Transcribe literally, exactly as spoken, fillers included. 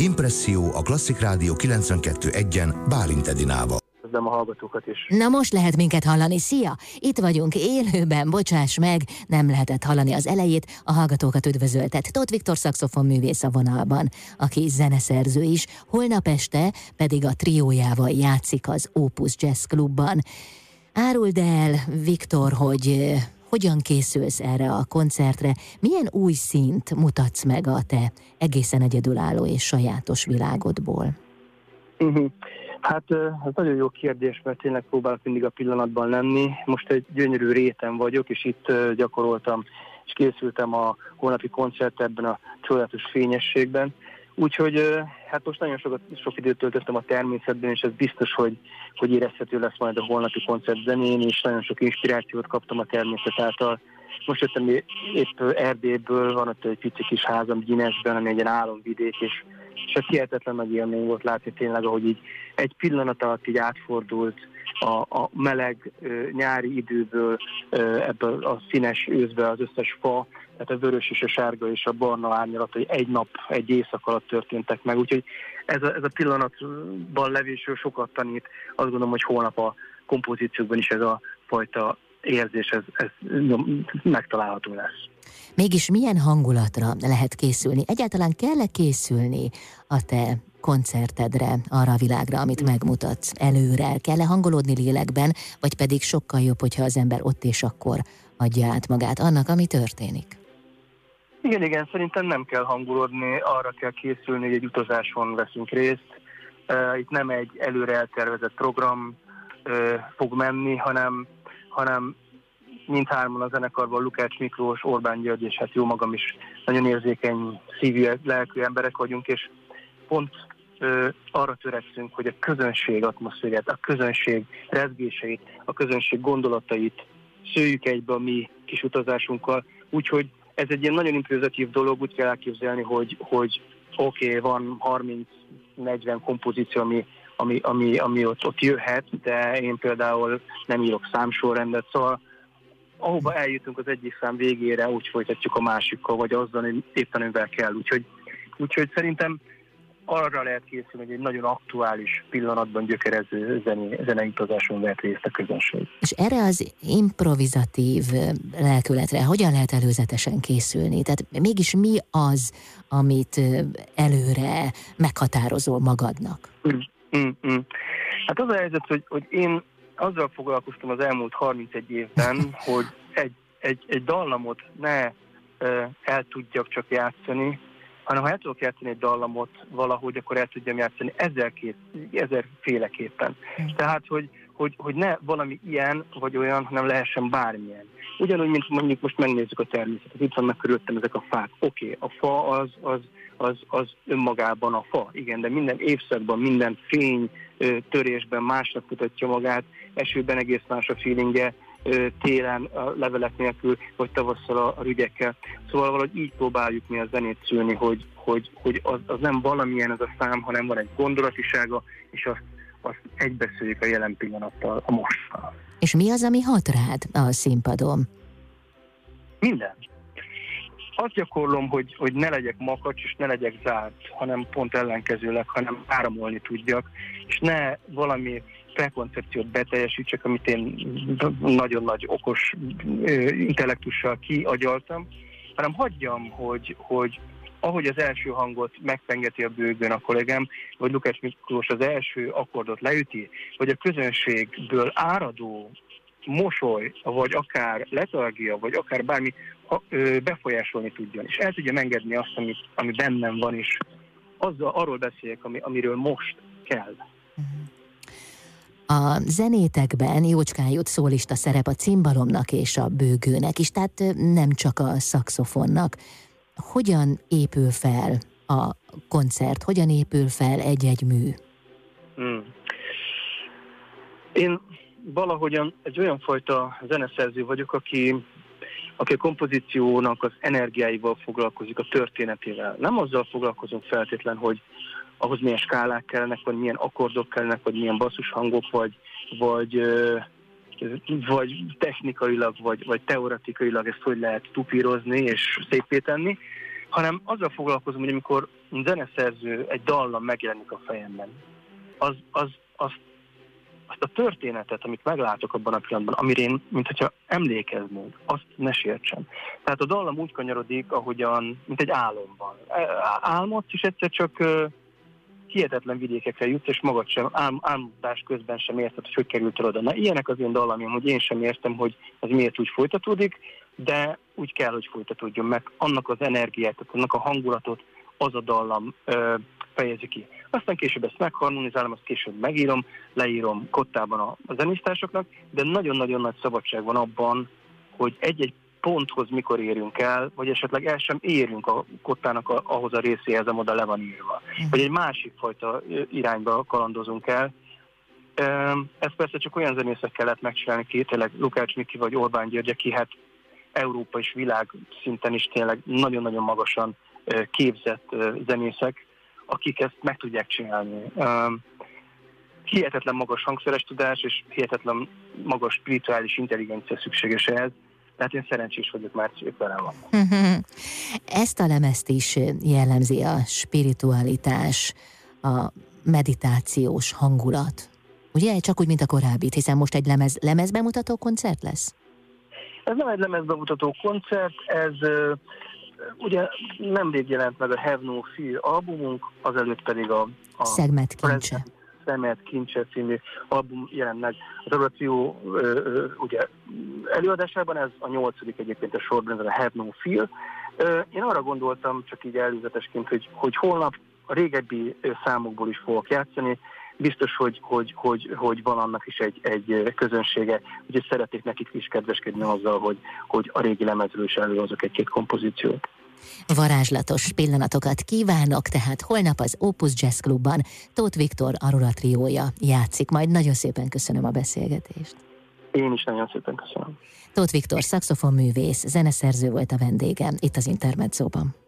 Impresszió a Klasszik Rádió kilencvenkettő egyen Bálint Edinával. A hallgatókat is. Na most lehet minket hallani. Szia! Itt vagyunk élőben, bocsáss meg, nem lehetett hallani az elejét, a hallgatókat üdvözöltet. Tóth Viktor szaxofonművész a vonalban, aki zeneszerző is, holnap este pedig a triójával játszik az Opus Jazz Klubban. Áruld el, Viktor, hogy hogyan készülsz erre a koncertre, milyen új színt mutatsz meg a te egészen egyedülálló és sajátos világodból? Uh-huh. Hát ez nagyon jó kérdés, mert tényleg próbálok mindig a pillanatban lenni. Most egy gyönyörű réten vagyok, és itt gyakoroltam, és készültem a holnapi koncert ebben a csodálatos fényességben. Úgyhogy hát most nagyon sokat, sok időt töltöttem a természetben, és ez biztos, hogy, hogy érezhető lesz majd a holnapi koncert zenén, és nagyon sok inspirációt kaptam a természet által. Most jöttem épp Erdélyből, van ott egy pici kis házam Gyimesben, ami egy ilyen álomvidék, és és ez hihetetlen nagy élmény volt látni tényleg, ahogy így egy pillanat alatt így átfordult a, a meleg ö, nyári időből ö, ebből a színes őszbe az összes fa, tehát a vörös és a sárga és a barna árnyalat, hogy egy nap, egy éjszak alatt történtek meg. Úgyhogy ez a, ez a pillanatban levésről sokat tanít. Azt gondolom, hogy holnap a kompozíciókban is ez a fajta érzés, ez, ez megtalálható lesz. Mégis milyen hangulatra lehet készülni? Egyáltalán kell-e készülni a te koncertedre, arra a világra, amit megmutatsz előre? Kell-e hangolódni lélekben, vagy pedig sokkal jobb, hogyha az ember ott és akkor adja át magát annak, ami történik? Igen, igen, szerintem nem kell hangolódni, arra kell készülni, hogy egy utazáson veszünk részt. Itt nem egy előre eltervezett program fog menni, hanem, hanem mindhárman a zenekarban, Lukács Miklós, Orbán György, és hát jó magam is nagyon érzékeny szívű, lelkű emberek vagyunk, és pont ö, arra törekszünk, hogy a közönség atmoszférát, a közönség rezgéseit, a közönség gondolatait szőjük egybe a mi kis utazásunkkal, úgyhogy ez egy ilyen nagyon improvizatív dolog, úgy kell elképzelni, hogy, hogy oké, okay, van harminc-negyven kompozíció, ami, ami, ami, ami ott, ott jöhet, de én például nem írok számsorrendet, szóval ahova eljutunk az egyik szám végére, úgy folytatjuk a másikkal, vagy azzal, hogy éppen amivel kell. Úgyhogy, úgyhogy szerintem arra lehet készülni, hogy egy nagyon aktuális pillanatban gyökerező zenei utazáson vehet részt a közönség. És erre az improvizatív lelkületre hogyan lehet előzetesen készülni? Tehát mégis mi az, amit előre meghatározol magadnak? Mm, mm, mm. Hát az a helyzet, hogy, hogy én azzal foglalkoztam az elmúlt harmincegy évben, hogy egy, egy, egy dallamot ne uh, el tudjak csak játszani, hanem ha el tudok játszani egy dallamot valahogy, akkor el tudjam játszani ezerkét, ezerféleképpen. Tehát, hogy, hogy, hogy ne valami ilyen vagy olyan, hanem lehessen bármilyen. Ugyanúgy, mint mondjuk most megnézzük a természetet. Itt vannak körülöttem ezek a fák. Oké, okay, a fa az, az, az, az önmagában a fa, igen, de minden évszakban, minden fény törésben másnak mutatja magát, esőben egész más a feelingje, télen a levelek nélkül, vagy tavasszal a, a rügyekkel. Szóval valahogy így próbáljuk mi a zenét szülni, hogy, hogy, hogy az, az nem valamilyen az a szám, hanem van egy gondolatisága, és azt, azt egybeszéljük a jelen pillanattal, a mosttal. És mi az, ami hat rád a színpadon? Minden. Azt gyakorlom, hogy, hogy ne legyek makacs, és ne legyek zárt, hanem pont ellenkezőleg, hanem áramolni tudjak, és ne valami prekoncepciót beteljesítsek, amit én nagyon nagy okos intellektussal kiagyaltam, hanem hagyjam, hogy, hogy ahogy az első hangot megpengeti a bőgön a kollégám, vagy Lukács Miklós az első akkordot leüti, vagy a közönségből áradó mosoly, vagy akár letargia, vagy akár bármi befolyásolni tudjon, és el tudjam engedni azt, ami, ami bennem van, és azzal, arról beszéljek, ami, amiről most kell. A zenétekben jócskán jut szólista szerep a cimbalomnak és a bőgőnek is, tehát nem csak a szaxofonnak. Hogyan épül fel a koncert, hogyan épül fel egy-egy mű? Hmm. Én valahogyan egy olyan fajta zeneszerző vagyok, aki, aki a kompozíciónak az energiáival foglalkozik, a történetével. Nem azzal foglalkozom feltétlen, hogy ahhoz milyen skálák kellenek, vagy milyen akkordok kellenek, vagy milyen basszushangok, vagy, vagy, vagy technikailag, vagy, vagy teoretikailag ezt hogy lehet tupírozni és szépé tenni, hanem azzal foglalkozom, hogy amikor mint zeneszerző egy dallam megjelenik a fejemben, az, az, az, azt a történetet, amit meglátok abban a pillanatban, amire én, mintha emlékeznék, azt ne sértsem. Tehát a dallam úgy kanyarodik, ahogyan, mint egy álomban. Álmodsz, és egyszer csak uh, hihetetlen vidékekre jutsz, és magad sem, ál, álmodás közben sem érted, hogy hogy kerültél oda. Na, ilyenek az én dallamim, hogy én sem értem, hogy az miért úgy folytatódik, de úgy kell, hogy folytatódjon meg. Annak az energiát, annak a hangulatot az a dallam uh, fejezi ki. Aztán később ezt megharmonizálom, azt később megírom, leírom kottában a, a zenésztársaknak, de nagyon-nagyon nagy szabadság van abban, hogy egy-egy ponthoz mikor érünk el, vagy esetleg el sem érünk a kottának a, ahhoz a részéhez, amoda le van írva. Vagy egy másik fajta irányba kalandozunk el. Ezt persze csak olyan zenészekkel lehet megcsinálni, ki tényleg Lukács Miki vagy Orbán György, aki hát Európa és világ szinten is tényleg nagyon-nagyon magasan képzett zenészek, akik ezt meg tudják csinálni. Uh, hihetetlen magas hangszeres tudás, és hihetetlen magas spirituális intelligencia szükséges ehhez. Tehát én szerencsés vagyok, már ők velem vannak. Ezt a lemezt is jellemzi a spiritualitás, a meditációs hangulat. Ugye? Csak úgy, mint a korábbit, hiszen most egy lemez, lemezbemutató koncert lesz? Ez nem egy lemezbemutató koncert, ez... Uh, Ugye nemrég jelent meg a Have No Fear albumunk, azelőtt pedig a... a Szegmet Kincse. Szegmet Kincse című album jelent meg. Az Adoráció ugye előadásában, ez a nyolcadik egyébként a sorban, ez a Have No Fear. Ö, én arra gondoltam, csak így előzetesként, hogy, hogy holnap a régebbi számokból is fogok játszani. Biztos, hogy, hogy, hogy, hogy van annak is egy, egy közönsége, úgyhogy szeretnék nekik is kedveskedni azzal, hogy, hogy a régi lemezről is előhozok egy-két kompozíciót. Varázslatos pillanatokat kívánok, tehát holnap az Opus Jazz Clubban Tóth Viktor Aurora triója játszik. Majd nagyon szépen köszönöm a beszélgetést. Én is nagyon szépen köszönöm. Tóth Viktor szaxofonművész, zeneszerző volt a vendégem itt az Intermedzóban.